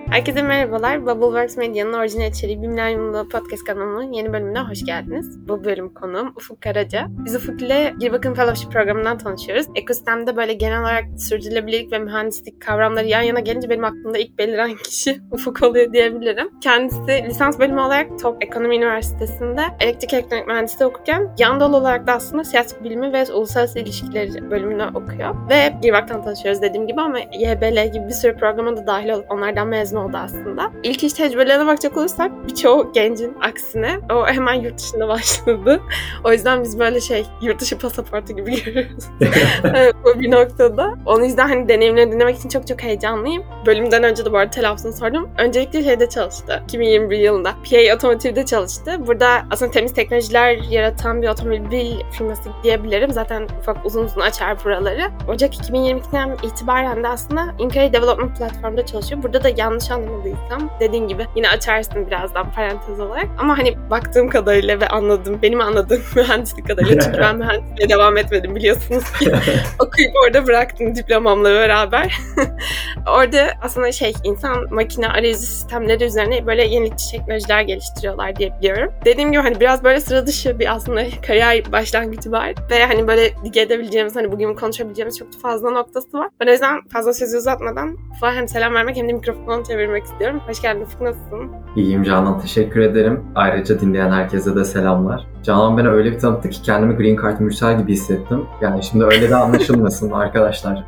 Herkese merhabalar. Bubbleworks Medya'nın orijinal içeriği Bimleryum'da podcast kanalının yeni bölümüne hoş geldiniz. Bu bölüm konuğum Ufuk Karaca. Biz Ufuk ile Girvak'ın Fellowship programından tanışıyoruz. Ekosistemde böyle genel olarak sürdürülebilirlik ve mühendislik kavramları yan yana gelince benim aklımda ilk beliren kişi Ufuk oluyor diyebilirim. Kendisi lisans bölümü olarak Top Ekonomi Üniversitesi'nde elektrik elektronik mühendisliği okurken yan dal olarak da aslında siyaset bilimi ve uluslararası ilişkileri bölümünü okuyor. Ve Girvak'tan tanışıyoruz dediğim gibi ama YBL gibi bir sürü programa da dahil olup onlardan mezun oldu aslında. İlk iş tecrübelerine bakacak olursak birçoğu gencin aksine o hemen yurt dışında başladı. O yüzden biz böyle yurt dışı pasaportu gibi görüyoruz. Bu bir noktada. Onun yüzden hani deneyimlerini dinlemek için çok heyecanlıyım. Bölümden önce de bu arada telaffuzunu sordum. Öncelikle şeyde çalıştı. 2021 yılında. PA Otomotiv'de çalıştı. Burada aslında temiz teknolojiler yaratan bir otomobil firması diyebilirim. Zaten ufak uzun açar buraları. Ocak 2022'den itibaren de aslında Inquiry Development Platform'da çalışıyor. Burada da yanlış anlamadıysam dediğim gibi yine açarsın birazdan parantez olarak. Ama hani baktığım kadarıyla ve benim anladığım mühendislik kadarıyla çünkü ben mühendisliğe devam etmedim biliyorsunuz ki. Okuyup orada bıraktım diplomamla beraber. Orada aslında insan makine arayüzü sistemleri üzerine böyle yenilikçi teknolojiler geliştiriyorlar diye biliyorum. Dediğim gibi hani biraz böyle sıra dışı bir aslında kariyer başlangıcı var. Ve hani böyle dige edebileceğimiz hani bugün konuşabileceğimiz çok fazla noktası var. Ben o yüzden fazla sözü uzatmadan Ufuk'a hem selam vermek hem de mikrofonu çevirmek istiyorum. Hoş geldin Ufuk, nasılsın? İyiyim Canan, teşekkür ederim. Ayrıca dinleyen herkese de selamlar. Canan beni öyle bir tanıttı ki kendimi Green Card Mürsel gibi hissettim. Yani şimdi öyle de anlaşılmasın arkadaşlar.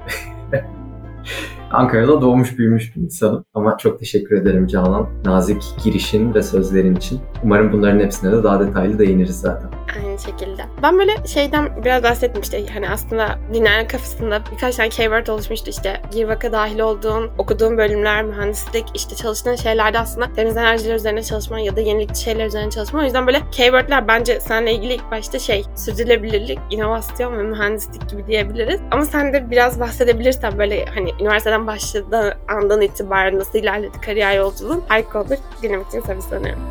Ankara'da doğmuş büyümüş bir insanım. Ama çok teşekkür ederim Canan. Nazik girişin ve sözlerin için. Umarım bunların hepsine de daha detaylı değiniriz zaten. Aynı şekilde. Ben böyle biraz bahsettim hani aslında dinleyen kafasında birkaç tane keyword oluşmuştu Girvak'a dahil olduğun, okuduğun bölümler, mühendislik, çalıştığın şeylerde aslında temiz enerjiler üzerine çalışma ya da yenilikçi şeyler üzerine çalışma. O yüzden böyle keywordler bence seninle ilgili ilk başta sürdürülebilirlik, inovasyon ve mühendislik gibi diyebiliriz. Ama sen de biraz bahsedebilirsen böyle hani üniversiteden başladığı andan itibaren nasıl ilerledi kariyer yolculuğun harika olur. Dinlemek için sabırsızlanıyorum.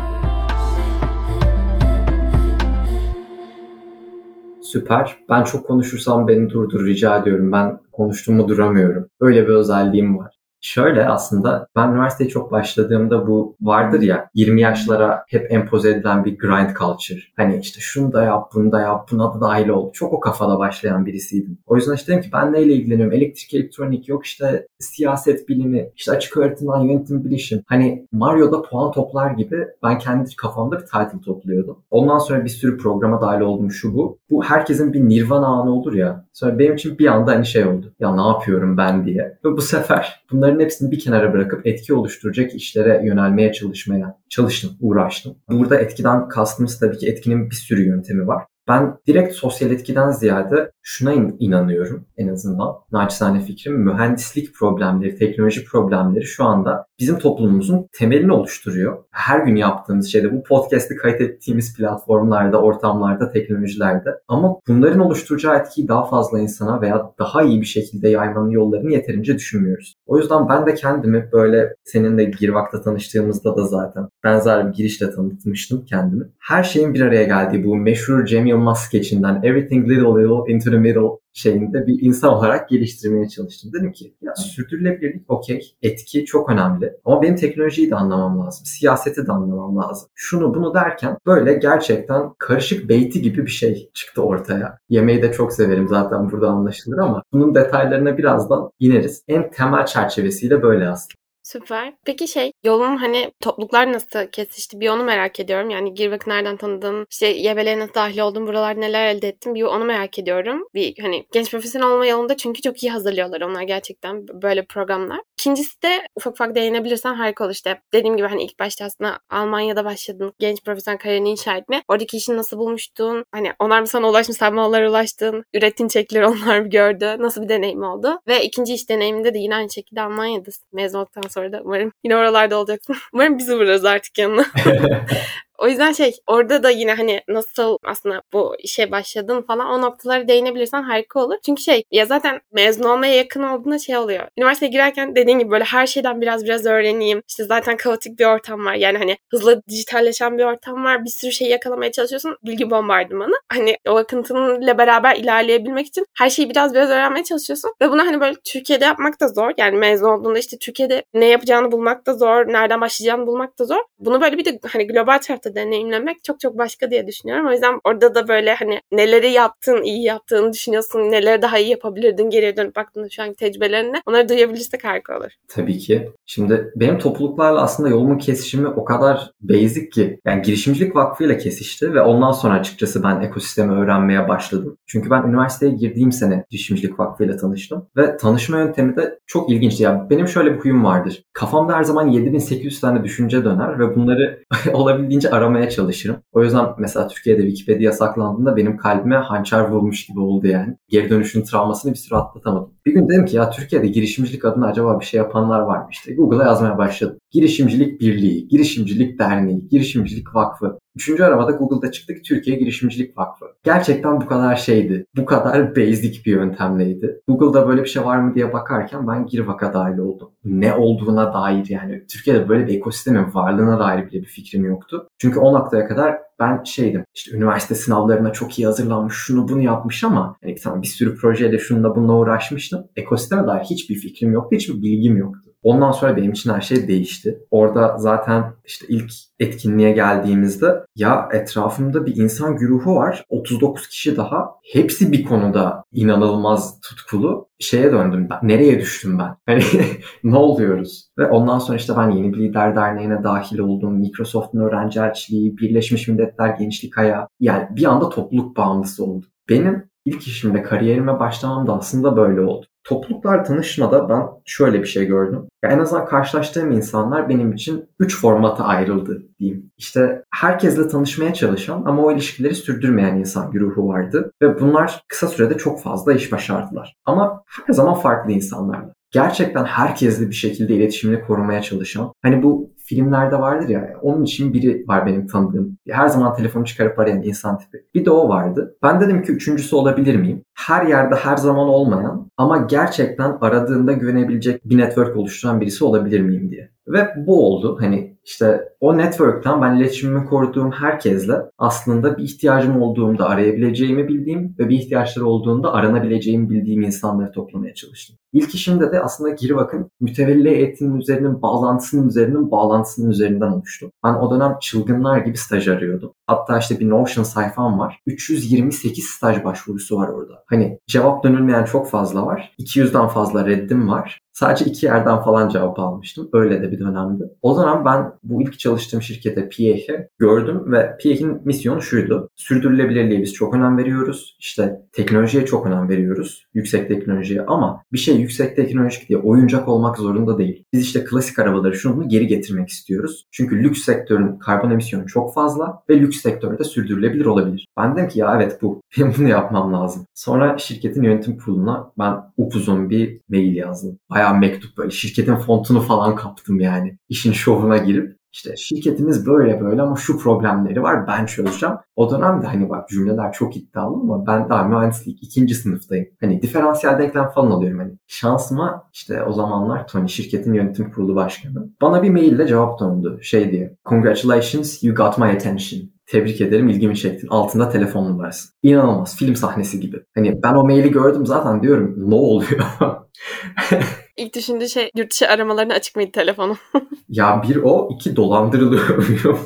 Süper. Ben çok konuşursam beni durdur rica ediyorum. Ben konuştuğumu duramıyorum. Öyle bir özelliğim var. Şöyle aslında ben üniversiteye çok başladığımda bu vardır ya 20 yaşlara hep empoze edilen bir grind culture. Hani şunu da yap, bunu da yap, buna da dahil ol. Çok o kafada başlayan birisiydim. O yüzden dedim ki ben neyle ilgileniyorum? Elektrik, elektronik, yok siyaset bilimi, açık öğretimden yönetim bilişim. Hani Mario'da puan toplar gibi ben kendi kafamda bir title topluyordum. Ondan sonra bir sürü programa dahil oldum şu bu. Bu herkesin bir nirvana anı olur ya. Sonra benim için bir anda oldu. Ya ne yapıyorum ben diye. Ve bu sefer bunların hepsini bir kenara bırakıp etki oluşturacak işlere yönelmeye çalıştım, uğraştım. Burada etkiden kastımız tabii ki etkinin bir sürü yöntemi var. Ben direkt sosyal etkiden ziyade şuna inanıyorum en azından. Naçizane fikrim, mühendislik problemleri, teknoloji problemleri şu anda bizim toplumumuzun temelini oluşturuyor. Her gün yaptığımız bu podcast'i kayıt ettiğimiz platformlarda, ortamlarda, teknolojilerde. Ama bunların oluşturacağı etkiyi daha fazla insana veya daha iyi bir şekilde yaymanın yollarını yeterince düşünmüyoruz. O yüzden ben de kendimi böyle seninle Girvak'ta tanıştığımızda da zaten benzer bir girişle tanıtmıştım kendimi. Her şeyin bir araya geldiği bu meşhur Cem Yılmaz skeçinden Everything Little Little into the Middle şeyinde bir insan olarak geliştirmeye çalıştım. Dedim ki ya sürdürülebilirlik okey, etki çok önemli ama benim teknolojiyi de anlamam lazım, siyaseti de anlamam lazım. Şunu bunu derken böyle gerçekten karışık beyti gibi bir şey çıktı ortaya. Yemeği de çok severim zaten burada anlaşılır ama bunun detaylarına birazdan ineriz. En temel çerçevesiyle böyle aslında. Süper. Peki yolun topluluklar nasıl kesişti? Bir onu merak ediyorum. Yani Girvak'ı nereden tanıdın? YBL'ye nasıl dahil oldun? Buralar neler elde ettin? Bir onu merak ediyorum. Bir genç profesyonel olma yolunda çünkü çok iyi hazırlıyorlar onlar gerçekten böyle programlar. İkincisi de ufak değinebilirsen harika olur. Dediğim gibi ilk başta aslında Almanya'da başladın. Genç profesyonel kariyerini inşa etme. Oradaki işini nasıl bulmuştun? Onlar mı sana ulaşmış? Sen mi onlara ulaştın? Ürettiğin çekleri onlar mı gördü? Nasıl bir deneyim oldu? Ve ikinci iş deneyiminde de yine aynı şekilde Almanya'da mezun olduktan sonra da umarım yine oralarda olacaksın. Umarım biz uğrarız artık yanına. O yüzden orada da yine hani nasıl aslında bu işe başladın falan o noktalara değinebilirsen harika olur. Çünkü ya zaten mezun olmaya yakın olduğunda oluyor. Üniversiteye girerken dediğin gibi böyle her şeyden biraz öğreneyim. İşte zaten kaotik bir ortam var. Yani hani hızlı dijitalleşen bir ortam var. Bir sürü şey yakalamaya çalışıyorsun. Bilgi bombardımanı. Hani o akıntıyla beraber ilerleyebilmek için her şeyi biraz öğrenmeye çalışıyorsun. Ve bunu hani böyle Türkiye'de yapmak da zor. Yani mezun olduğunda işte Türkiye'de ne yapacağını bulmak da zor. Nereden başlayacağını bulmak da zor. Bunu böyle bir de hani global çapta deneyimlemek çok başka diye düşünüyorum. O yüzden orada da böyle hani neleri yaptın, iyi yaptığını düşünüyorsun. Neleri daha iyi yapabilirdin geriye dönüp baktığında şu anki tecrübelerine. Onları duyabilirsek harika olur. Tabii ki. Şimdi benim topluluklarla aslında yolumun kesişimi o kadar basic ki. Yani Girişimcilik Vakfı ile kesişti ve ondan sonra açıkçası ben ekosistemi öğrenmeye başladım. Çünkü ben üniversiteye girdiğim sene Girişimcilik Vakfı ile tanıştım. Ve tanışma yöntemi de çok ilginçti. Yani benim şöyle bir huyum vardır. Kafamda her zaman 7800 tane düşünce döner ve bunları olabildiğince aramaya çalışırım. O yüzden mesela Türkiye'de Wikipedia yasaklandığında benim kalbime hançer vurmuş gibi oldu yani. Geri dönüşün travmasını bir süre atlatamadım. Bir gün dedim ki ya Türkiye'de girişimcilik adına acaba bir şey yapanlar var mı işte. Google'a yazmaya başladım. Girişimcilik Birliği, Girişimcilik Derneği, Girişimcilik Vakfı. Üçüncü aramada Google'da çıktı ki Türkiye Girişimcilik Vakfı. Gerçekten bu kadar Bu kadar basic bir yöntemleydi. Google'da böyle bir şey var mı diye bakarken ben Girvak'a dahil oldum. Ne olduğuna dair yani Türkiye'de böyle bir ekosistemin varlığına dair bile bir fikrim yoktu. Çünkü o noktaya kadar ben işte üniversite sınavlarına çok iyi hazırlanmış, şunu bunu yapmış ama hani bir sürü projeyle şununla bununla uğraşmıştım. Ekosisteme dair hiçbir fikrim yoktu, hiçbir bilgim yoktu. Ondan sonra benim için her şey değişti. Orada zaten işte ilk etkinliğe geldiğimizde ya etrafımda bir insan güruhu var. 39 kişi daha. Hepsi bir konuda inanılmaz tutkulu. Döndüm ben. Nereye düştüm ben? Hani ne oluyoruz? Ve ondan sonra işte ben Yeni Bir Lider Derneği'ne dahil oldum. Microsoft'un öğrenci elçiliği, Birleşmiş Milletler Gençlik Ayağı. Yani bir anda topluluk bağımlısı oldum. Benim ilk işimde kariyerime başlamam da aslında böyle oldu. Topluluklar tanışmada ben şöyle bir şey gördüm. Ya en azından karşılaştığım insanlar benim için 3 formata ayrıldı diyeyim. İşte herkesle tanışmaya çalışan ama o ilişkileri sürdürmeyen insan güruhu vardı. Ve bunlar kısa sürede çok fazla iş başardılar. Ama her zaman farklı insanlarla. Gerçekten herkesle bir şekilde iletişimini korumaya çalışan. Hani bu filmlerde vardır ya, onun için biri var benim tanıdığım. Her zaman telefonu çıkarıp arayan insan tipi. Bir de o vardı. Ben dedim ki üçüncüsü olabilir miyim? Her yerde her zaman olmayan ama gerçekten aradığında güvenebilecek bir network oluşturan birisi olabilir miyim diye. Ve bu oldu. Hani işte o network'ten ben iletişimimi koruduğum herkesle aslında bir ihtiyacım olduğunda arayabileceğimi bildiğim ve bir ihtiyaçları olduğunda aranabileceğimi bildiğim insanları toplamaya çalıştım. İlk işimde de aslında Girvak'ın mütevelli heyetinin bağlantısının üzerinden oluştu. Ben o dönem çılgınlar gibi staj arıyordum. Hatta işte bir Notion sayfam var. 328 staj başvurusu var orada. Hani cevap dönülmeyen çok fazla var. 200'den fazla reddim var. Sadece 2 yerden falan cevap almıştım. Öyle de bir dönemdi. O dönem ben bu ilk çalıştığım şirkete PIEH'i gördüm ve PIEH'in misyonu şuydu. Sürdürülebilirliğe biz çok önem veriyoruz. İşte teknolojiye çok önem veriyoruz. Yüksek teknolojiye ama bir şey yüksek teknolojik diye oyuncak olmak zorunda değil. Biz işte klasik arabaları şunu geri getirmek istiyoruz. Çünkü lüks sektörün karbon emisyonu çok fazla ve lüks sektörde sürdürülebilir olabilir. Ben dedim ki ya evet bu. Benim bunu yapmam lazım. Sonra şirketin yönetim kuruluna ben upuzun bir mail yazdım. Bayağı mektup böyle şirketin fontunu falan kaptım yani. İşin şovuna girip işte şirketimiz böyle ama şu problemleri var ben çözeceğim. O dönemde hani bak cümleler çok iddialı ama ben daha mühendislik 2. sınıftayım. Hani diferansiyel denklem falan alıyorum hani. Şansıma işte o zamanlar Tony şirketin yönetim kurulu başkanı bana bir maille cevap döndü diye. Congratulations you got my attention. Tebrik ederim, ilgimi çektin. Altında telefon numarası. İnanılmaz. Film sahnesi gibi. Hani ben o maili gördüm zaten diyorum ne oluyor? İlk düşündüğü yurt dışı aramalarına açık mıydı telefonu? Ya bir o, 2 dolandırılıyor muyum?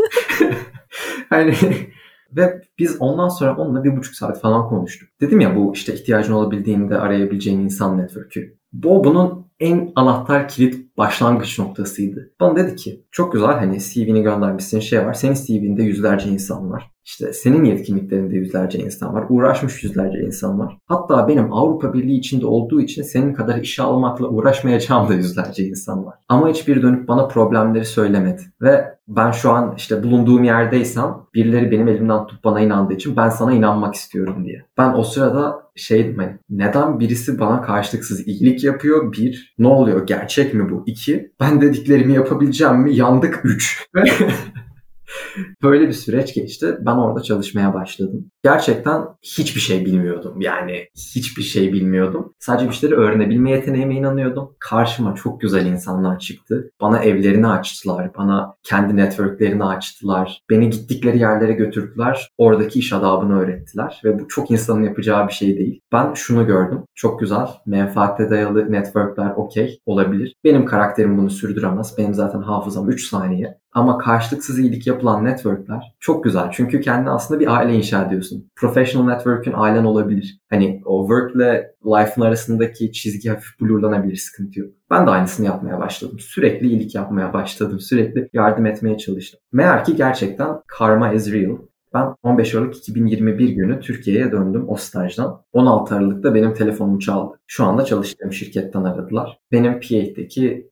Hani ve biz ondan sonra onunla 1,5 saat falan konuştuk. Dedim ya bu işte ihtiyacın olabildiğinde arayabileceğin insan network'ü. Bunun en anahtar kilit başlangıç noktasıydı. Bana dedi ki çok güzel hani CV'ni göndermişsin var. Senin CV'nde yüzlerce insan var. İşte senin yetkinliklerinde yüzlerce insan var. Uğraşmış yüzlerce insan var. Hatta benim Avrupa Birliği içinde olduğu için senin kadar işe almakla uğraşmayacağım da yüzlerce insan var. Ama hiçbir dönüp bana problemleri söylemedi. Ve ben şu an işte bulunduğum yerdeysem birileri benim elimden tutup bana inandığı için ben sana inanmak istiyorum diye. Ben o sırada hani neden birisi bana karşılıksız iyilik yapıyor? 1. Ne oluyor? Gerçek mi bu? 2. Ben dediklerimi yapabileceğim mi? Yandık 3. Böyle bir süreç geçti. Ben orada çalışmaya başladım. Gerçekten hiçbir şey bilmiyordum. Yani hiçbir şey bilmiyordum. Sadece bir şeyleri öğrenebilme yeteneğime inanıyordum. Karşıma çok güzel insanlar çıktı. Bana evlerini açtılar. Bana kendi networklerini açtılar. Beni gittikleri yerlere götürdüler. Oradaki iş adabını öğrettiler. Ve bu çok insanın yapacağı bir şey değil. Ben şunu gördüm. Çok güzel. Menfaatte dayalı networkler okey olabilir. Benim karakterim bunu sürdüremez. Benim zaten hafızam 3 saniye. Ama karşılıksız iyilik yapılan networkler çok güzel. Çünkü kendine aslında bir aile inşa ediyorsun. Professional network'ün ailen olabilir. Hani o work ile life'ın arasındaki çizgi hafif blurlanabilir, sıkıntı yok. Ben de aynısını yapmaya başladım. Sürekli iyilik yapmaya başladım. Sürekli yardım etmeye çalıştım. Meğer ki gerçekten karma is real. Ben 15 Aralık 2021 günü Türkiye'ye döndüm o stajdan. 16 Aralık'ta benim telefonum çaldı. Şu anda çalıştığım şirketten aradılar. Benim PA'deki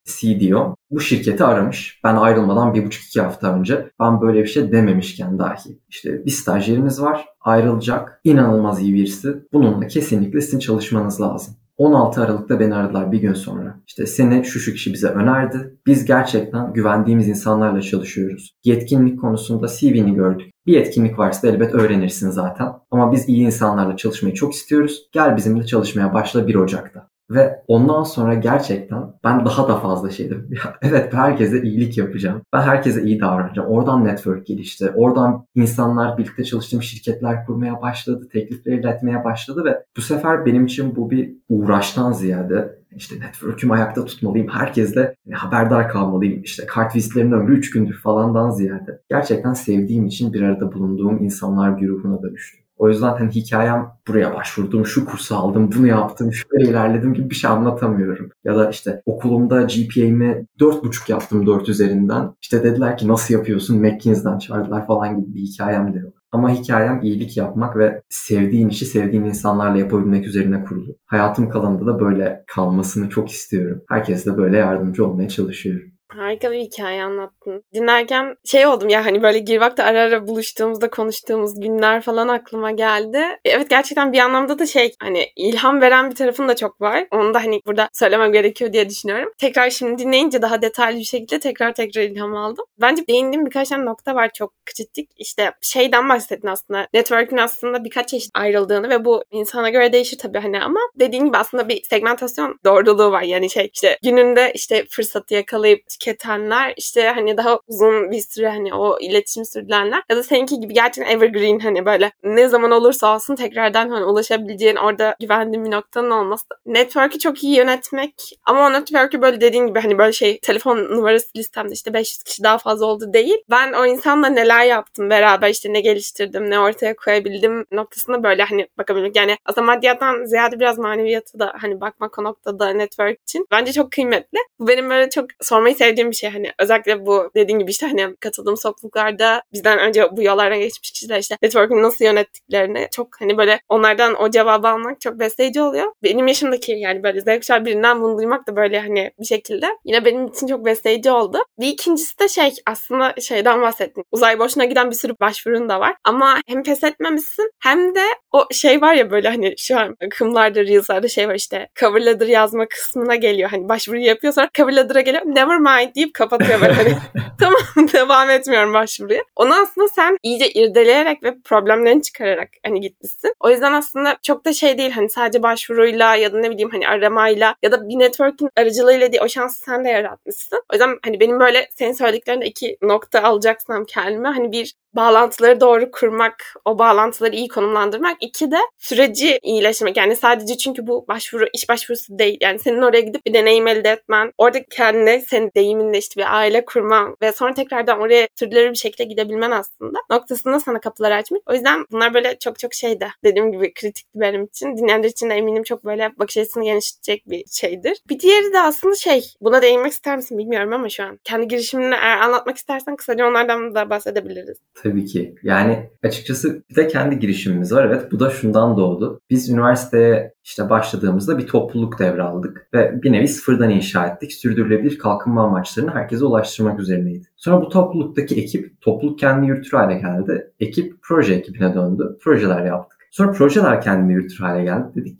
CDO bu şirketi aramış. Ben ayrılmadan 1,5-2 hafta önce, ben böyle bir şey dememişken dahi. Bir stajyerimiz var, ayrılacak. İnanılmaz iyi birisi. Bununla kesinlikle sizin çalışmanız lazım. 16 Aralık'ta beni aradılar bir gün sonra. Seni şu kişi bize önerdi. Biz gerçekten güvendiğimiz insanlarla çalışıyoruz. Yetkinlik konusunda CV'ni gördük. Bir yetkinlik varsa elbet öğrenirsin zaten. Ama biz iyi insanlarla çalışmayı çok istiyoruz. Gel bizimle çalışmaya başla 1 Ocak'ta. Ve ondan sonra gerçekten ben daha da fazla şeydim. Evet, herkese iyilik yapacağım. Ben herkese iyi davranacağım. Oradan network gelişti. Oradan insanlar, birlikte çalıştığım şirketler kurmaya başladı. Teklifler iletmeye başladı ve bu sefer benim için bu bir uğraştan ziyade network'ümü ayakta tutmalıyım. Herkesle haberdar kalmalıyım. Kartvizitlerin ömrü 3 gündür falandan ziyade. Gerçekten sevdiğim için bir arada bulunduğum insanlar güruhuna dönüştü. O yüzden hikayem buraya başvurdum, şu kursu aldım, bunu yaptım, şöyle ilerledim gibi bir şey anlatamıyorum. Ya da okulumda GPA'mi 4,5 yaptım 4 üzerinden. Dediler ki nasıl yapıyorsun, McKinsey'den çağırdılar falan gibi bir hikayem de yok. Ama hikayem iyilik yapmak ve sevdiğin işi sevdiğin insanlarla yapabilmek üzerine kurulu. Hayatım kalanında da böyle kalmasını çok istiyorum. Herkese de böyle yardımcı olmaya çalışıyorum. Harika bir hikaye anlattın. Dinlerken oldum ya, böyle Girvak'ta ara ara buluştuğumuzda konuştuğumuz günler falan aklıma geldi. Evet, gerçekten bir anlamda da ilham veren bir tarafın da çok var. Onu da burada söylemem gerekiyor diye düşünüyorum. Tekrar şimdi dinleyince daha detaylı bir şekilde tekrar ilham aldım. Bence değindiğim birkaç tane nokta var çok kritik. Şeyden bahsettin aslında. Network'ün aslında birkaç çeşit ayrıldığını ve bu insana göre değişir tabii ama dediğin gibi aslında bir segmentasyon doğruluğu var. Yani gününde fırsatı yakalayıp tüketenler, daha uzun bir süre o iletişim sürdürenler ya da seninki gibi gerçekten evergreen, böyle ne zaman olursa olsun tekrardan ulaşabileceğin, orada güvendiğin bir noktanın olması. Network'ü çok iyi yönetmek ama o network'ü böyle dediğin gibi böyle telefon numarası listemde 500 kişi daha fazla oldu değil. Ben o insanla neler yaptım beraber, ne geliştirdim, ne ortaya koyabildim noktasında böyle bakabilmek. Yani aslında maddiyattan ziyade biraz maneviyata da bakmak o noktada network için bence çok kıymetli. Bu benim böyle çok sormayı sevdiğim bir şey. Özellikle bu dediğin gibi katıldığım topluluklarda bizden önce bu yollardan geçmiş kişiler network'ünü nasıl yönettiklerini çok böyle onlardan o cevabı almak çok besleyici oluyor. Benim yaşımdaki böyle Z kuşağı birinden bunu duymak da böyle bir şekilde yine benim için çok besleyici oldu. Bir ikincisi de aslında şeyden bahsettim. Uzay boşuna giden bir sürü başvurun da var. Ama hem pes etmemişsin hem de o var ya böyle şu an akımlarda, reels'larda var cover letter yazma kısmına geliyor. Başvuruyu yapıyor, sonra cover letter'a geliyor. Never mind deyip kapatıyor böyle tamam, devam etmiyorum başvuruya. Onu aslında sen iyice irdeleyerek ve problemlerini çıkararak gitmişsin. O yüzden aslında çok da değil sadece başvuruyla ya da ne bileyim aramayla ya da bir networking aracılığıyla değil, o şansı sen de yaratmışsın. O yüzden benim böyle senin söylediklerinde 2 nokta alacaksam kendime bir bağlantıları doğru kurmak, o bağlantıları iyi konumlandırmak. 2 de süreci iyileştirmek. Yani sadece çünkü bu başvuru, iş başvurusu değil. Yani senin oraya gidip bir deneyim elde etmen, orada kendine, senin deyiminle bir aile kurman ve sonra tekrardan oraya sürdürülebilir bir şekilde gidebilmen aslında noktasında sana kapılar açmak. O yüzden bunlar böyle çok de dediğim gibi kritikti benim için. Dinleyenler için de eminim çok böyle bakış açısını genişletecek bir şeydir. Bir diğeri de aslında buna değinmek ister misin bilmiyorum ama şu an kendi girişimini eğer anlatmak istersen kısaca onlardan da bahsedebiliriz. Tabii ki. Yani açıkçası bir de kendi girişimimiz var. Evet, bu da şundan doğdu. Biz üniversiteye başladığımızda bir topluluk devraldık ve bir nevi sıfırdan inşa ettik. Sürdürülebilir kalkınma amaçlarını herkese ulaştırmak üzerineydi. Sonra bu topluluktaki ekip, topluluk kendini yürütür hale geldi. Ekip proje ekibine döndü. Projeler yaptık. Sonra projeler kendini yürütür hale geldi. Dedik ki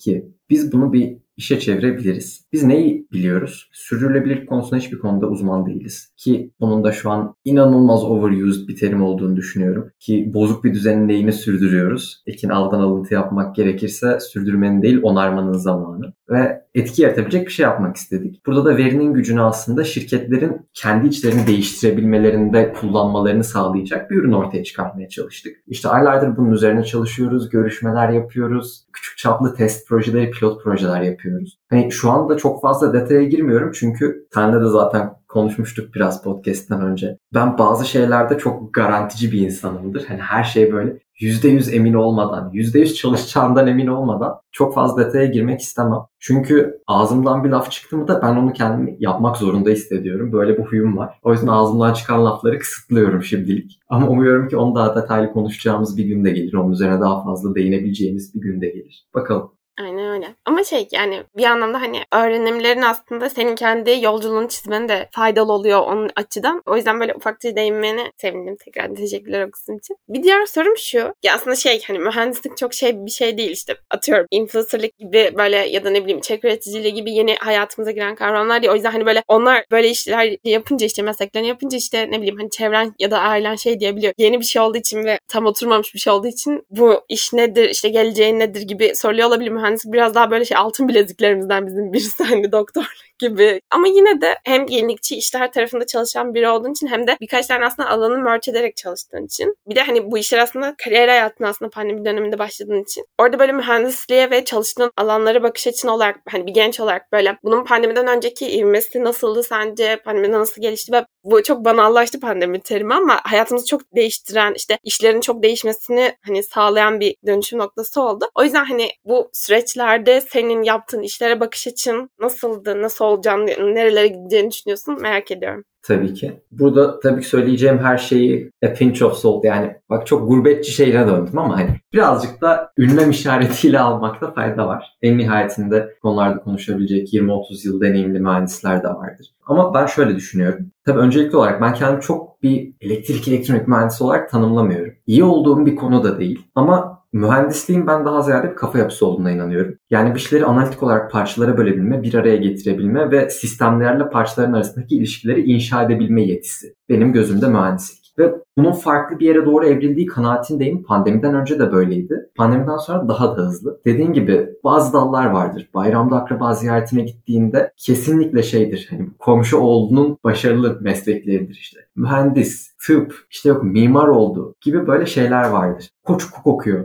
biz bunu bir işe çevirebiliriz. Biz neyi biliyoruz? Sürdürülebilirlik konusunda hiçbir konuda uzman değiliz. Ki onun da şu an inanılmaz overused bir terim olduğunu düşünüyorum. Ki bozuk bir düzenin neyini sürdürüyoruz? Ekin aldan alıntı yapmak gerekirse sürdürmenin değil onarmanın zamanı. Ve etki yaratabilecek bir şey yapmak istedik. Burada da verinin gücünü aslında şirketlerin kendi içlerini değiştirebilmelerinde kullanmalarını sağlayacak bir ürün ortaya çıkartmaya çalıştık. İşte aylardır bunun üzerine çalışıyoruz, görüşmeler yapıyoruz, küçük çaplı test projeleri, pilot projeler yapıyoruz. Hani şu anda çok fazla detaya girmiyorum çünkü senle de zaten konuşmuştuk biraz podcast'ten önce. Ben bazı şeylerde çok garantici bir insanımdır. Hani her şey böyle %100 emin olmadan, %100 çalışacağından emin olmadan çok fazla detaya girmek istemem. Çünkü ağzımdan bir laf çıktı mı da ben onu kendim yapmak zorunda hissediyorum. Böyle bir huyum var. O yüzden ağzımdan çıkan lafları kısıtlıyorum şimdilik. Ama umuyorum ki onu daha detaylı konuşacağımız bir gün de gelir. Onun üzerine daha fazla değinebileceğimiz bir gün de gelir. Bakalım. Aynen öyle. Ama yani bir anlamda hani öğrenimlerin aslında senin kendi yolculuğunu çizmen de faydalı oluyor onun açıdan. O yüzden böyle ufakça değinmene sevindim. Tekrar teşekkürler o kısım için. Bir diğer sorum şu. Ya aslında hani mühendislik çok bir şey değil işte. Atıyorum influencerlık gibi böyle ya da ne bileyim içerik üreticiliği gibi yeni hayatımıza giren kavramlar değil. O yüzden hani böyle onlar böyle işler yapınca işte mesleklerini yapınca işte ne bileyim hani çevren ya da ailen diyebiliyor. Yeni bir şey olduğu için ve tam oturmamış bir şey olduğu için bu iş nedir işte geleceğin nedir gibi soruyor olabilir. Mühendislik biraz daha böyle altın bileziklerimizden bizim birisi hani doktorluk gibi. Ama yine de hem yenilikçi işler tarafında çalışan biri olduğun için hem de birkaç tane aslında alanı merge ederek çalıştığın için. Bir de hani bu işler aslında kariyer hayatına aslında pandemi döneminde başladığın için. Orada böyle mühendisliğe ve çalıştığın alanlara bakış açın olarak hani bir genç olarak böyle bunun pandemiden önceki ivmesi nasıldı sence? Pandemiden nasıl gelişti? Ve bu çok banallaştı pandemi terimi ama hayatımızı çok değiştiren işte işlerin çok değişmesini hani sağlayan bir dönüşüm noktası oldu. O yüzden hani bu süreçlerde senin yaptığın işlere bakış açın nasıldı? Nasıl olacağını, nerelere gideceğini düşünüyorsun? Merak ediyorum. Tabii ki. Burada tabii ki söyleyeceğim her şeyi a pinch of salt yani bak çok gurbetçi şeyine döndüm ama hani birazcık da ünlem işaretiyle almakta fayda var. En nihayetinde konularda konuşabilecek 20-30 yıl deneyimli mühendisler de vardır. Ama ben şöyle düşünüyorum. Tabii öncelikli olarak ben kendimi çok bir elektrik elektronik mühendisi olarak tanımlamıyorum. İyi olduğum bir konu da değil ama mühendisliğin ben daha ziyade bir kafa yapısı olduğuna inanıyorum. Yani bir şeyleri analitik olarak parçalara bölebilme, bir araya getirebilme ve sistemlerle parçaların arasındaki ilişkileri inşa edebilme yetisi. Benim gözümde mühendislik. Ve bunun farklı bir yere doğru evrildiği kanaatindeyim. Pandemiden önce de böyleydi. Pandemiden sonra daha da hızlı. Dediğin gibi bazı dallar vardır. Bayramda akraba ziyaretine gittiğinde kesinlikle hani komşu oğlunun başarılı meslekleridir işte. Mühendis, tıp, işte yok mimar oldu gibi böyle şeyler vardır. Koç hukuk okuyor.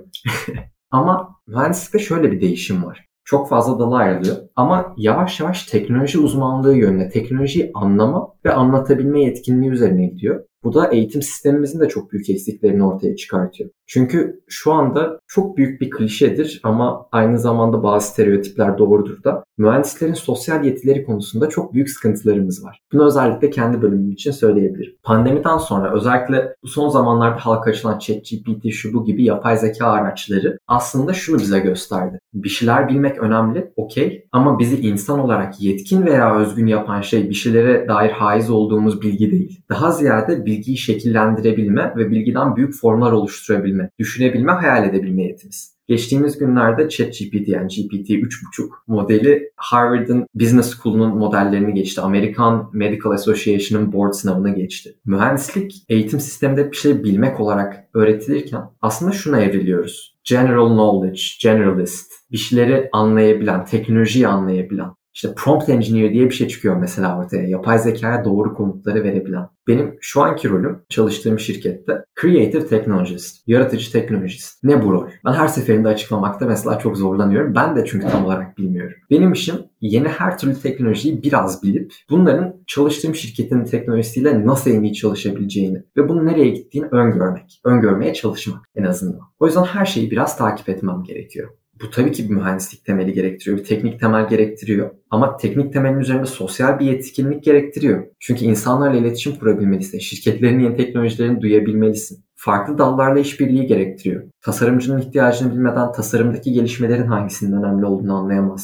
Ama mühendislikte şöyle bir değişim var. Çok fazla dala ayrılıyor ama yavaş yavaş teknoloji uzmanlığı yönüne, teknolojiyi anlama ve anlatabilme yetkinliği üzerine gidiyor. Bu da eğitim sistemimizin de çok büyük eksiklerini ortaya çıkartıyor. Çünkü şu anda çok büyük bir klişedir ama aynı zamanda bazı stereotipler doğrudur da mühendislerin sosyal yetileri konusunda çok büyük sıkıntılarımız var. Bunu özellikle kendi bölümüm için söyleyebilirim. Pandemiden sonra özellikle bu son zamanlarda halka açılan ChatGPT şu bu gibi yapay zeka araçları aslında şunu bize gösterdi. Bir şeyler bilmek önemli, okey, ama bizi insan olarak yetkin veya özgün yapan şey bir şeylere dair haiz olduğumuz bilgi değil. Daha ziyade bilgiyi şekillendirebilme ve bilgiden büyük formlar oluşturabilme, düşünebilme, hayal edebilme yetimiz. Geçtiğimiz günlerde ChatGPT yani GPT 3.5 modeli Harvard'ın Business School'unun modellerini geçti. American Medical Association'ın board sınavına geçti. Mühendislik eğitim sisteminde bir şey bilmek olarak öğretilirken aslında şuna evriliyoruz. General knowledge, generalist, bir şeyleri anlayabilen, teknolojiyi anlayabilen. İşte prompt engineer diye bir şey çıkıyor mesela ortaya. Yapay zekaya doğru komutları verebilen. Benim şu anki rolüm çalıştığım şirkette creative technologist, yaratıcı teknolojist. Ne bu rol? Ben her seferinde açıklamakta mesela çok zorlanıyorum. Ben de çünkü tam olarak bilmiyorum. Benim işim yeni her türlü teknolojiyi biraz bilip bunların çalıştığım şirketin teknolojisiyle nasıl en iyi çalışabileceğini ve bunun nereye gittiğini öngörmek. Öngörmeye çalışmak en azından. O yüzden her şeyi biraz takip etmem gerekiyor. Bu tabii ki bir mühendislik temeli gerektiriyor, bir teknik temel gerektiriyor. Ama teknik temelin üzerinde sosyal bir yetkinlik gerektiriyor. Çünkü insanlarla iletişim kurabilmelisin, şirketlerin yeni teknolojilerini duyabilmelisin. Farklı dallarla işbirliği gerektiriyor. Tasarımcının ihtiyacını bilmeden tasarımdaki gelişmelerin hangisinin önemli olduğunu anlayamazsın.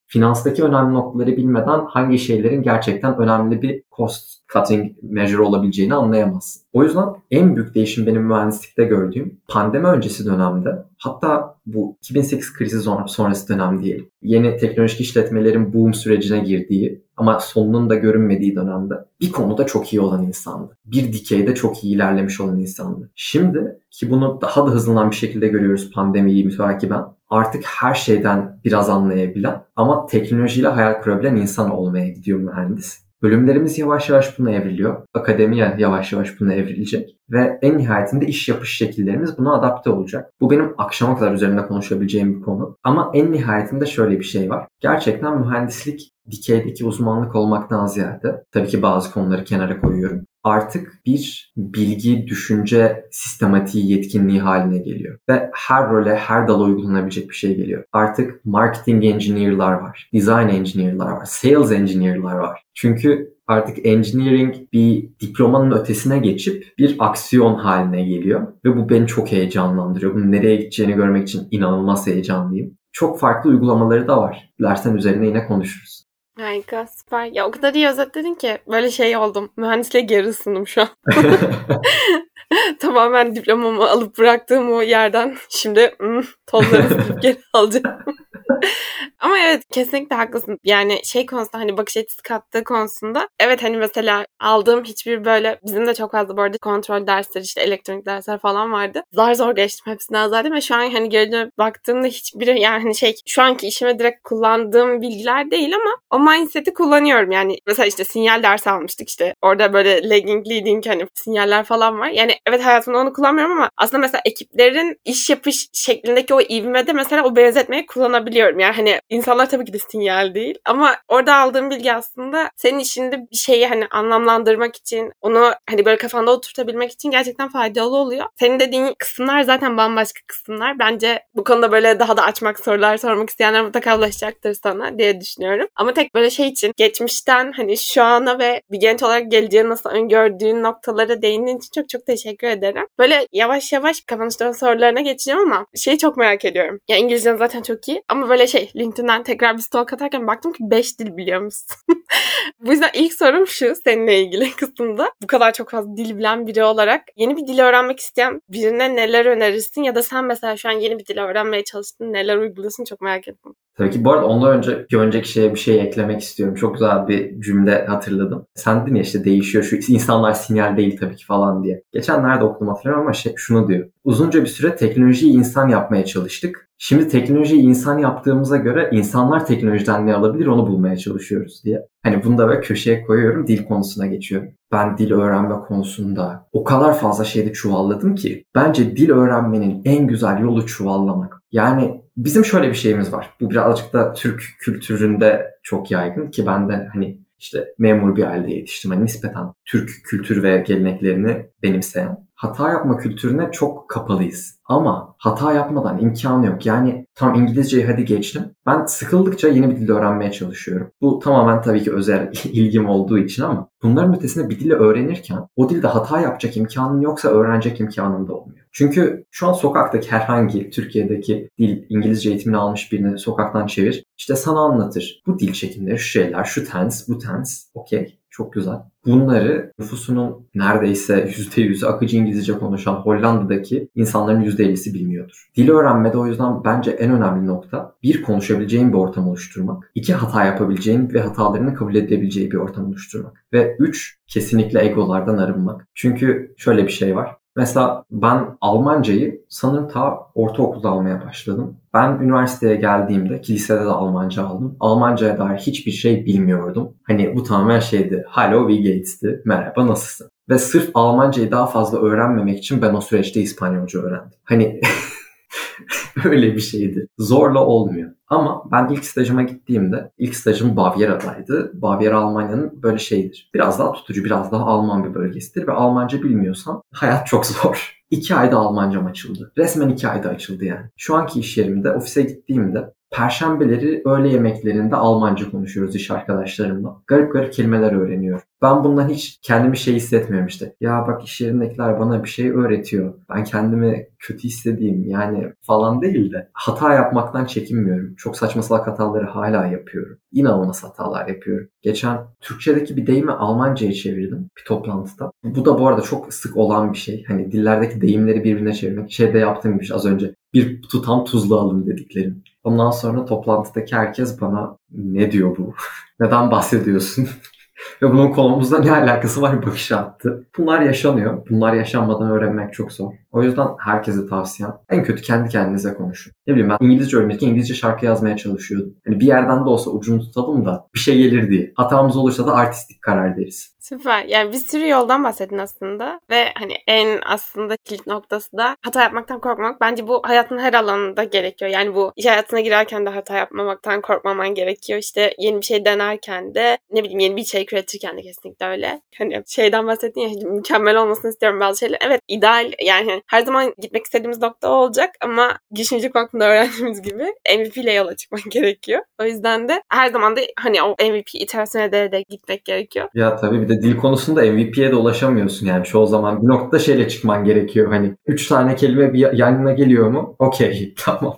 finanstaki önemli noktaları bilmeden hangi şeylerin gerçekten önemli bir cost cutting measure olabileceğini anlayamazsın. O yüzden en büyük değişim benim mühendislikte gördüğüm pandemi öncesi dönemde, hatta bu 2008 krizi sonrası dönem diyelim. Yeni teknolojik işletmelerin boom sürecine girdiği ama sonunun da görünmediği dönemde bir konuda çok iyi olan insandı. Bir dikeyde çok iyi ilerlemiş olan insandı. Şimdi ki bunu daha da hızlanan bir şekilde görüyoruz pandemiyi müteakiben. Artık her şeyden biraz anlayabilen ama teknolojiyle hayal kurabilen insan olmaya gidiyor mühendis. Bölümlerimiz yavaş yavaş buna evriliyor. Akademiye yavaş yavaş buna evrilecek. Ve en nihayetinde iş yapış şekillerimiz buna adapte olacak. Bu benim akşama kadar üzerinde konuşabileceğim bir konu. Ama en nihayetinde şöyle bir şey var. Gerçekten mühendislik dikeydeki uzmanlık olmaktan ziyade, tabii ki bazı konuları kenara koyuyorum, artık bir bilgi, düşünce sistematiği, yetkinliği haline geliyor. Ve her role, her dala uygulanabilecek bir şey geliyor. Artık marketing engineer'lar var, design engineer'lar var, sales engineer'lar var. Çünkü artık engineering bir diplomanın ötesine geçip bir aksiyon haline geliyor. Ve bu beni çok heyecanlandırıyor. Bunun nereye gideceğini görmek için inanılmaz heyecanlıyım. Çok farklı uygulamaları da var. Dilersen üzerine yine konuşuruz. Harika, süper. Ya o kadar iyi özetledin ki böyle şey oldum. Mühendisliğe geri ısındım şu an. Tamamen diplomamı alıp bıraktığım o yerden şimdi tozları silip geri alacağım. Ama evet, kesinlikle haklısın. Yani şey konusunda, hani bakış açısı kattığı konusunda, evet hani mesela aldığım hiçbir böyle, bizim de çok fazla bu arada kontrol dersleri, işte elektronik dersler falan vardı. Zar zor geçtim hepsinden zaten ve şu an hani geri dönüp baktığımda hiçbiri, yani hani şey, şu anki işime direkt kullandığım bilgiler değil ama o mindset'i kullanıyorum. Yani mesela işte sinyal dersi almıştık, işte orada böyle lagging, leading hani sinyaller falan var. Yani evet, hayatımda onu kullanmıyorum ama aslında mesela ekiplerin iş yapış şeklindeki o ivmede mesela o benzetmeyi kullanabiliyorum. Yani hani insanlar tabii ki de sinyal değil ama orada aldığım bilgi aslında senin işinde bir şeyi hani anlamlandırmak için, onu hani böyle kafanda oturtabilmek için gerçekten faydalı oluyor. Senin dediğin kısımlar zaten bambaşka kısımlar. Bence bu konuda böyle daha da açmak, sorular sormak isteyenler mutlaka ulaşacaktır sana diye düşünüyorum. Ama tek böyle şey için, geçmişten hani şu ana ve bir genç olarak geleceği nasıl öngördüğün noktalara değindiğin için çok çok teşekkür ederim. Böyle yavaş yavaş kapanıştan sorularına geçeceğim ama şeyi çok merak ediyorum. Ya İngilizcen zaten çok iyi ama böyle şey, LinkedIn'den tekrar bir stalk atarken baktım ki 5 dil biliyor musun? Bu yüzden ilk sorum şu, seninle ilgili kısımda. Bu kadar çok fazla dil bilen biri olarak yeni bir dil öğrenmek isteyen birine neler önerirsin? Ya da sen mesela şu an yeni bir dil öğrenmeye çalıştın, neler uyguluyorsun, çok merak ettim. Tabii ki. Bu arada ondan önce bir önceki şeye bir şey eklemek istiyorum. Çok güzel bir cümle hatırladım. Sen dedin ya işte değişiyor, şu insanlar sinyal değil tabii ki falan diye. Geçenlerde okudum, hatırlamıyorum ama şunu diyor. Uzunca bir süre teknolojiyi insan yapmaya çalıştık. Şimdi teknolojiyi insan yaptığımıza göre insanlar teknolojiden ne alabilir onu bulmaya çalışıyoruz diye. Hani bunu da böyle köşeye koyuyorum, dil konusuna geçiyorum. Ben dil öğrenme konusunda o kadar fazla şeyde çuvalladım ki bence dil öğrenmenin en güzel yolu çuvallamak. Yani bizim şöyle bir şeyimiz var. Bu birazcık da Türk kültüründe çok yaygın ki ben de hani işte memur bir ailede yetiştim. Hani nispeten Türk kültür ve geleneklerini benimseyen. Hata yapma kültürüne çok kapalıyız. Ama hata yapmadan imkanı yok. Yani tam İngilizceyi hadi geçtim. Ben sıkıldıkça yeni bir dil öğrenmeye çalışıyorum. Bu tamamen tabii ki özel ilgim olduğu için ama bunların ötesinde bir dili öğrenirken o dilde hata yapacak imkanın yoksa öğrenecek imkanın da olmuyor. Çünkü şu an sokaktaki herhangi Türkiye'deki dil İngilizce eğitimini almış birini sokaktan çevir. İşte sana anlatır. Bu dil çekimleri şu şeyler, şu tense, bu tense. Okey. Çok güzel. Bunları nüfusunun neredeyse %100'ü akıcı İngilizce konuşan Hollanda'daki insanların %50'si bilmiyordur. Dili öğrenmede o yüzden bence en önemli nokta, bir, konuşabileceğin bir ortam oluşturmak. 2, hata yapabileceğin ve hatalarını kabul edebileceği bir ortam oluşturmak. Ve 3, kesinlikle egolardan arınmak. Çünkü şöyle bir şey var. Mesela ben Almancayı sanırım ta ortaokulda almaya başladım. Ben üniversiteye geldiğimde kilisede de Almanca aldım. Almancaya dair hiçbir şey bilmiyordum. Hani bu tamamen şeydi. Hallo, wie geht'sti? Merhaba, nasılsın? Ve sırf Almancayı daha fazla öğrenmemek için ben o süreçte İspanyolca öğrendim. Hani öyle bir şeydi. Zorla olmuyor. Ama ben ilk stajıma gittiğimde, ilk stajım Bavyera'daydı. Bavyera Almanya'nın böyle şeyidir. Biraz daha tutucu, biraz daha Alman bir bölgesidir ve Almanca bilmiyorsan hayat çok zor. 2 ayda Almancam açıldı. Resmen 2 ayda açıldı yani. Şu anki iş yerimde ofise gittiğimde Perşembeleri öğle yemeklerinde Almanca konuşuyoruz iş arkadaşlarımla. Garip garip kelimeler öğreniyorum. Ben bundan hiç kendimi hissetmiyorum işte. Ya bak iş yerindekiler bana bir şey öğretiyor. Ben kendimi kötü hissedeyim yani falan değil de. Hata yapmaktan çekinmiyorum. Çok saçma salak hataları hala yapıyorum. İnanılmaz hatalar yapıyorum. Geçen Türkçedeki bir deyimi Almanca'ya çevirdim bir toplantıda. Bu da bu arada çok sık olan bir şey. Hani dillerdeki deyimleri birbirine çevirmek. Şeyde yaptığım gibi az önce. Bir tutam tuzlu alın dediklerim. Ondan sonra toplantıdaki herkes bana ne diyor bu? Neden bahsediyorsun? Ve bunun konumuzla ne alakası var bakış attı. Bunlar yaşanıyor. Bunlar yaşanmadan öğrenmek çok zor. O yüzden herkese tavsiyem en kötü kendi kendinize konuşun. Ne bileyim ben İngilizce öğrenirken İngilizce şarkı yazmaya çalışıyordum. Hani bir yerden de olsa ucunu tutalım da bir şey gelir diye. Hatamız olursa da artistik karar deriz. Süper. Yani bir sürü yoldan bahsettin aslında ve hani en aslında kilit noktası da hata yapmaktan korkmak. Bence bu hayatın her alanında gerekiyor. Yani bu iş hayatına girerken de hata yapmamaktan korkmaman gerekiyor. İşte yeni bir şey denerken de ne bileyim yeni bir şey üretirken de kesinlikle öyle. Hani şeyden bahsettin ya mükemmel olmasını istiyorum bazı şeyler. Evet ideal yani her zaman gitmek istediğimiz nokta olacak ama girişimcilik konusunda öğrendiğimiz gibi MVP ile yola çıkmak gerekiyor. O yüzden de her zaman da hani o MVP iterasyon ederek gitmek gerekiyor. Ya tabii bir de dil konusunda MVP'ye de ulaşamıyorsun yani. Çoğu zaman bir noktada şeyle çıkman gerekiyor. Hani 3 tane kelime bir yanına geliyor mu? Okey, tamam.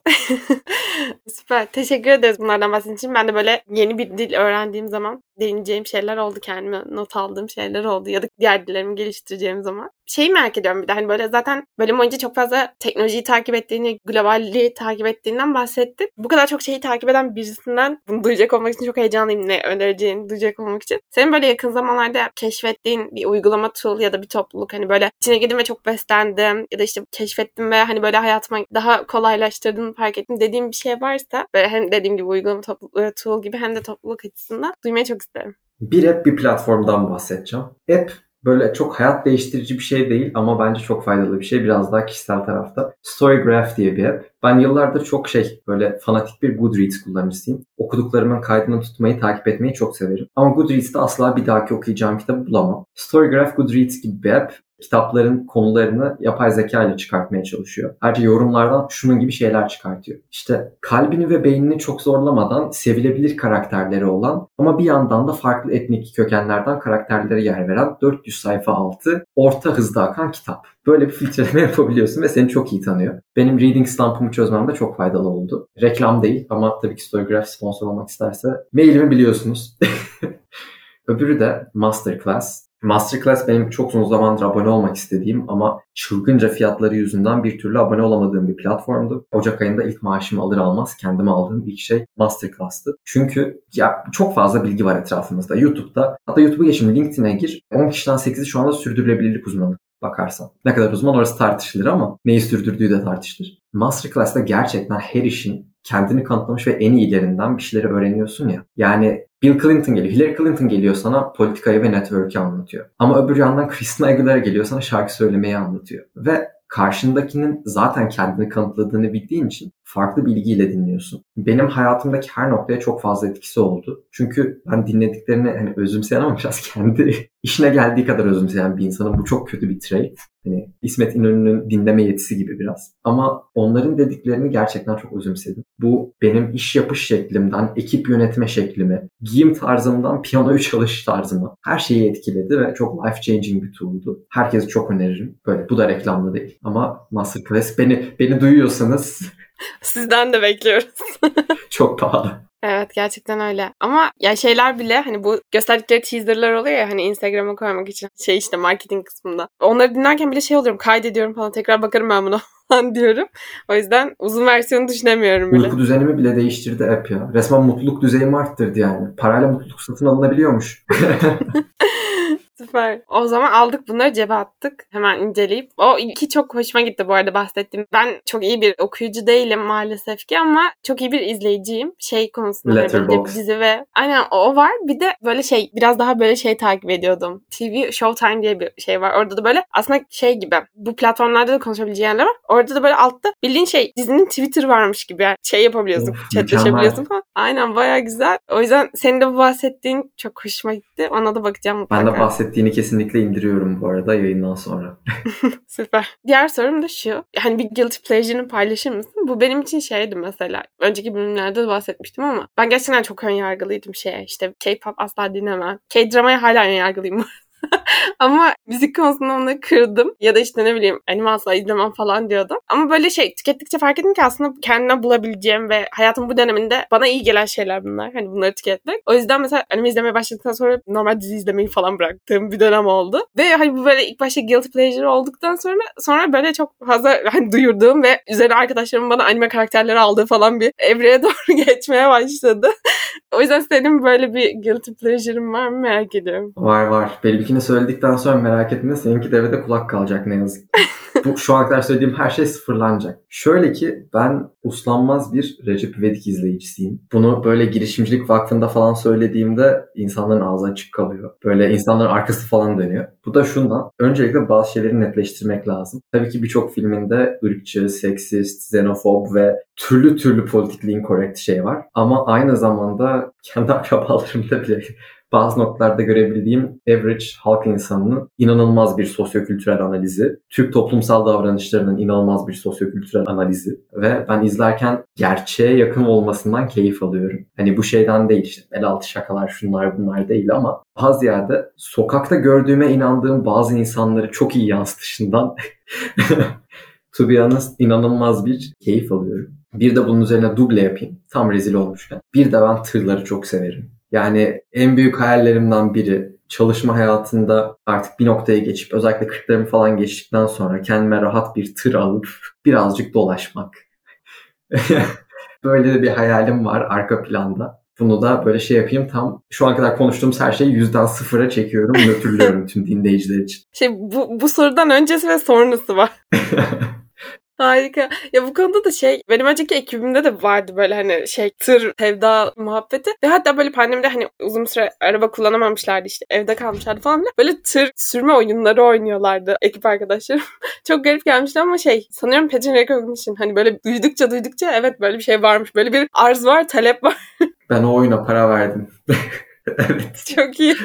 Süper. Teşekkür ederiz bunlardan bahsettiğin için. Ben de böyle yeni bir dil öğrendiğim zaman deneyeceğim şeyler oldu. Kendime not aldığım şeyler oldu. Ya da diğer dillerimi geliştireceğim zaman. Şeyi merak ediyorum bir de hani böyle zaten bölüm boyunca çok fazla teknolojiyi takip ettiğini, globalliği takip ettiğinden bahsettin. Bu kadar çok şeyi takip eden birisinden bunu duyacak olmak için çok heyecanlıyım ne önereceğini duyacak olmak için. Senin böyle yakın zamanlarda keşfettiğin bir uygulama tool ya da bir topluluk hani böyle içine girdim ve çok beslendim ya da işte keşfettim ve hani böyle hayatıma daha kolaylaştırdığını fark ettim dediğim bir şey varsa böyle hem dediğim gibi uygulama tool gibi hem de topluluk açısından duymayı çok isterim. Bir app bir platformdan bahsedeceğim. App böyle çok hayat değiştirici bir şey değil ama bence çok faydalı bir şey. Biraz daha kişisel tarafta. Storygraph diye bir app. Ben yıllardır çok böyle fanatik bir Goodreads kullanıcısıyım. Okuduklarımın kaydını tutmayı, takip etmeyi çok severim. Ama Goodreads'te asla bir dahaki okuyacağım kitabı bulamam. Storygraph Goodreads gibi bir app. Kitapların konularını yapay zeka ile çıkartmaya çalışıyor. Ayrıca yorumlardan şunun gibi şeyler çıkartıyor. İşte kalbini ve beynini çok zorlamadan sevilebilir karakterleri olan ama bir yandan da farklı etnik kökenlerden karakterlere yer veren 400 sayfa altı orta hızda akan kitap. Böyle bir filtreleme yapabiliyorsun ve seni çok iyi tanıyor. Benim reading slump'ımı çözmemde çok faydalı oldu. Reklam değil ama tabii ki Storygraph sponsor olmak isterse mailimi biliyorsunuz. Öbürü de Masterclass. Masterclass benim çok uzun zamandır abone olmak istediğim ama çılgınca fiyatları yüzünden bir türlü abone olamadığım bir platformdu. Ocak ayında ilk maaşımı alır almaz kendime aldığım ilk şey Masterclass'tı. Çünkü ya çok fazla bilgi var etrafımızda. YouTube'da, hatta YouTube'a geçin, LinkedIn'e gir. 10 kişiden 8'i şu anda sürdürülebilirlik uzmanı bakarsan. Ne kadar uzman orası tartışılır ama neyi sürdürdüğü de tartışılır. Masterclass'ta gerçekten her işin kendini kanıtlamış ve en iyilerinden bir şeyleri öğreniyorsun ya. Yani Bill Clinton geliyor, Hillary Clinton geliyor sana politikayı ve network'ü anlatıyor. Ama öbür yandan Christina Aguilera geliyor sana şarkı söylemeyi anlatıyor. Ve karşındakinin zaten kendini kanıtladığını bildiğin için farklı bilgiyle dinliyorsun. Benim hayatımdaki her noktaya çok fazla etkisi oldu. Çünkü ben dinlediklerini hani özümseyen ama biraz kendi işine geldiği kadar özümseyen bir insanım. Bu çok kötü bir trait. Hani İsmet İnönü'nün dinleme yetisi gibi biraz. Ama onların dediklerini gerçekten çok özümsedim. Bu benim iş yapış şeklimden, ekip yönetme şeklimi, giyim tarzımdan piyanoyu çalış tarzıma her şeyi etkiledi ve çok life changing bir tool'du. Herkese çok öneririm. Böyle bu da reklamlı değil. Ama Masterclass beni duyuyorsanız sizden de bekliyoruz. çok pahalı. Evet gerçekten öyle. Ama ya şeyler bile hani bu gösterdikleri teaserlar oluyor ya hani Instagram'a koymak için işte marketing kısmında. Onları dinlerken bile oluyorum kaydediyorum falan tekrar bakarım ben buna falan diyorum. O yüzden uzun versiyonu düşünemiyorum bile. Uyku düzenimi bile değiştirdi app ya. Resmen mutluluk düzeyimi arttırdı yani. Parayla mutluluk satın alınabiliyormuş. Süper. O zaman aldık bunları cebe attık. Hemen inceleyip. O iki çok hoşuma gitti bu arada bahsettiğim. Ben çok iyi bir okuyucu değilim maalesef ki ama çok iyi bir izleyiciyim. Şey konusunda Letterboxd. dizi ve aynen o var. Bir de böyle biraz daha böyle takip ediyordum. TV Showtime diye bir şey var. Orada da böyle aslında gibi bu platformlarda da konuşabileceğin yerler var. Orada da böyle altta bildiğin dizinin Twitter varmış gibi yapabiliyorsun. Chatleşebiliyorsun falan. Aynen bayağı güzel. O yüzden senin de bu bahsettiğin çok hoşuma gitti. Ona da bakacağım mutlaka. Ben de bahsettiğim bahsettiğini kesinlikle indiriyorum bu arada yayından sonra. Süper. Diğer sorum da şu. Hani bir guilty pleasure'ını paylaşır mısın? Bu benim için şeydi mesela. Önceki bölümlerde de bahsetmiştim ama ben gerçekten çok önyargılıydım şeye. İşte K-pop asla dinlemem. K-dramaya hala önyargılıyım. Ama müzik konusunda onu kırdım. Ya da işte ne bileyim anime asla izlemem falan diyordum. Ama böyle tükettikçe fark ettim ki aslında kendime bulabileceğim ve hayatım bu döneminde bana iyi gelen şeyler bunlar. Hani bunları tüketmek. O yüzden mesela anime izlemeye başladıktan sonra normal dizi izlemeyi falan bıraktığım bir dönem oldu. Ve hani bu böyle ilk başta guilty pleasure olduktan sonra böyle çok fazla hani duyurduğum ve üzerine arkadaşlarımın bana anime karakterleri aldığı falan bir evreye doğru geçmeye başladı. O yüzden senin böyle bir guilty pleasure'ın var mı merak ediyorum. Var. Benimkini söyledikten sonra merak etme, seninki devede kulak kalacak ne yazık ki. Bu şu ana kadar söylediğim her şey sıfırlanacak. Şöyle ki ben uslanmaz bir Recep İvedik izleyicisiyim. Bunu böyle girişimcilik vakfında falan söylediğimde insanların ağzı açık kalıyor. Böyle insanların arkası falan dönüyor. Bu da şundan. Öncelikle bazı şeyleri netleştirmek lazım. Tabii ki birçok filminde ırkçı, seksist, xenofob ve türlü politically incorrect şey var. Ama aynı zamanda kendi akrabalarımda bile bazı noktalarda görebildiğim average halk insanının inanılmaz bir sosyokültürel analizi, Türk toplumsal davranışlarının inanılmaz bir sosyokültürel analizi ve ben izlerken gerçeğe yakın olmasından keyif alıyorum. Hani bu şeyden değil, işte el altı şakalar şunlar bunlar değil ama daha ziyade sokakta gördüğüme inandığım bazı insanları çok iyi yansıtışından to be honest inanılmaz bir keyif alıyorum. Bir de bunun üzerine duble yapayım. Tam rezil olmuşken. Bir de ben tırları çok severim. Yani en büyük hayallerimden biri çalışma hayatında artık bir noktaya geçip özellikle 40'larımı falan geçtikten sonra kendime rahat bir tır alıp birazcık dolaşmak. Böyle de bir hayalim var arka planda. Bunu da böyle şey yapayım, tam şu ana kadar konuştuğumuz her şeyi 100'den 0'a çekiyorum, nötrlüyorum tüm dinleyiciler için. Bu sorudan öncesi ve sonrası var. Harika. Ya bu konuda da benim önceki ekibimde de vardı böyle hani tır sevda muhabbeti. Ve hatta böyle pandemide hani uzun süre araba kullanamamışlardı, işte evde kalmışlardı falan bile. Böyle tır sürme oyunları oynuyorlardı ekip arkadaşlarım. Çok garip gelmişti ama sanıyorum pattern recognition, hani böyle duydukça evet böyle bir şey varmış. Böyle bir arz var, talep var. Ben o oyuna para verdim. Evet. Çok iyi.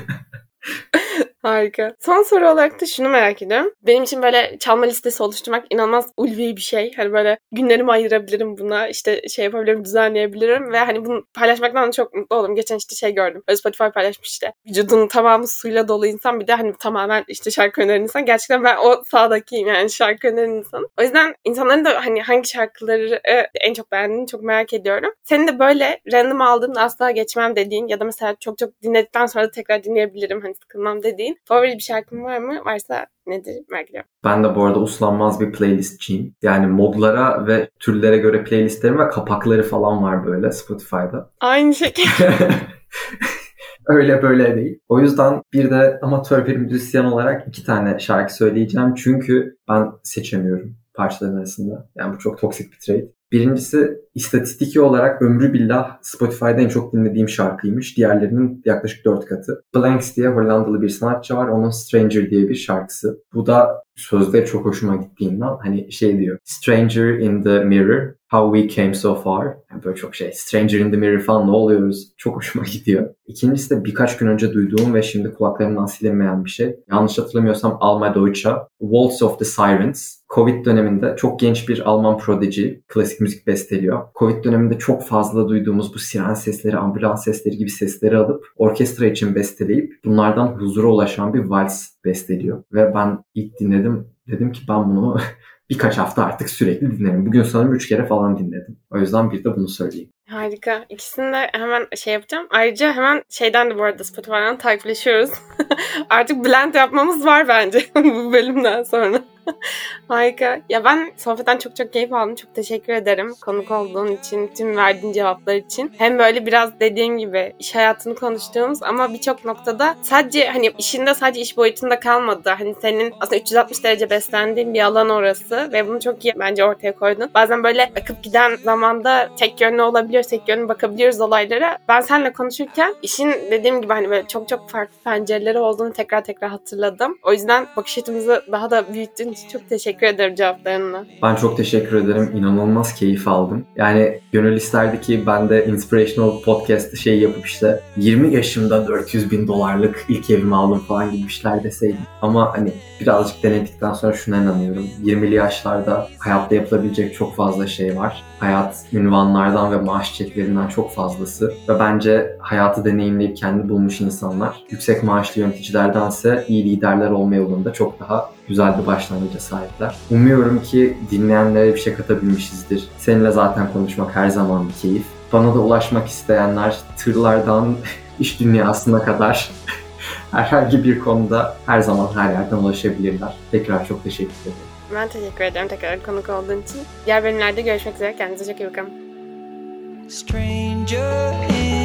Harika. Son soru olarak da şunu merak ediyorum. Benim için böyle çalma listesi oluşturmak inanılmaz ulvi bir şey. Hani böyle günlerimi ayırabilirim buna. İşte yapabilirim, düzenleyebilirim. Ve hani bunu paylaşmaktan da çok mutlu oldum. Geçen işte gördüm. Böyle Spotify paylaşmış işte. Vücudunun tamamı suyla dolu insan. Bir de hani tamamen işte şarkı öneren insan. Gerçekten ben o sağdakiyim yani, şarkı öneren insanım. O yüzden insanların da hani hangi şarkıları en çok beğendiğini çok merak ediyorum. Senin de böyle random aldığımda asla geçmem dediğin ya da mesela çok dinledikten sonra da tekrar dinleyebilirim, hani sıkılmam dediğin favori bir şarkın var mı? Varsa nedir? Merak ediyorum. Ben de bu arada uslanmaz bir playlistçiyim. Yani modlara ve türlere göre playlistlerim ve kapakları falan var böyle Spotify'da. Aynı şekilde. Öyle böyle değil. O yüzden bir de amatör bir müzisyen olarak 2 tane şarkı söyleyeceğim. Çünkü ben seçemiyorum parçaların arasında. Yani bu çok toksik bir trait. Birincisi istatistiki olarak ömrü billah Spotify'da en çok dinlediğim şarkıymış. Diğerlerinin yaklaşık 4 katı. Blanks diye Hollandalı bir sanatçı var. Onun Stranger diye bir şarkısı. Bu da sözleri çok hoşuma gittiğinden hani diyor. Stranger in the mirror, how we came so far. Yani böyle çok Stranger in the mirror falan, ne oluyoruz? Çok hoşuma gidiyor. İkincisi de birkaç gün önce duyduğum ve şimdi kulaklarımdan silinmeyen bir şey. Yanlış hatırlamıyorsam Alma Deutscha, Waltz of the Sirens. Covid döneminde çok genç bir Alman prodigy, klasik müzik besteliyor. Covid döneminde çok fazla duyduğumuz bu siren sesleri, ambulans sesleri gibi sesleri alıp orkestra için besteleyip bunlardan huzura ulaşan bir vals besteliyor. Ve ben ilk dinledim, dedim ki ben bunu birkaç hafta artık sürekli dinlerim. Bugün sanırım 3 kere falan dinledim. O yüzden bir de bunu söyleyeyim. Harika. İkisini de hemen yapacağım. Ayrıca hemen de bu arada Spotify'dan takipleşiyoruz. Artık blend yapmamız var bence bu bölümden sonra. Harika. Ya ben sohbetten çok keyif aldım. Çok teşekkür ederim konuk olduğun için, tüm verdiğin cevaplar için. Hem böyle biraz dediğim gibi iş hayatını konuştuğumuz ama birçok noktada sadece hani işinde sadece iş boyutunda kalmadı. Hani senin aslında 360 derece beslendiğin bir alan orası ve bunu çok iyi bence ortaya koydun. Bazen böyle akıp giden zamanda tek yönlü olabiliyor, tek yönlü bakabiliyoruz olaylara. Ben seninle konuşurken işin dediğim gibi hani böyle çok farklı pencereleri olduğunu tekrar hatırladım. O yüzden bakış açımızı daha da büyüttüğün için. Çok teşekkür ederim cevaplarına. Ben çok teşekkür ederim. İnanılmaz keyif aldım. Yani gönül isterdi ki ben de inspirational podcast yapıp işte 20 yaşımda $400,000 ilk evimi aldım falan gibi işler deseydim. Ama hani birazcık denedikten sonra şuna inanıyorum. 20'li yaşlarda hayatta yapılabilecek çok fazla şey var. Hayat ünvanlardan ve maaş çeklerinden çok fazlası. Ve bence hayatı deneyimleyip kendini bulmuş insanlar yüksek maaşlı yöneticilerdense iyi liderler olma yolunda çok daha güzel bir başlangıca sahipler. Umuyorum ki dinleyenlere bir şey katabilmişizdir. Seninle zaten konuşmak her zaman bir keyif. Bana da ulaşmak isteyenler tırlardan iş dünyasına kadar herhangi bir konuda her zaman her yerden ulaşabilirler. Tekrar çok teşekkür ederim. Ben teşekkür ederim tekrar konuk olduğun için. Diğer bölümlerde görüşmek üzere. Kendinize çok iyi bakın. Stranger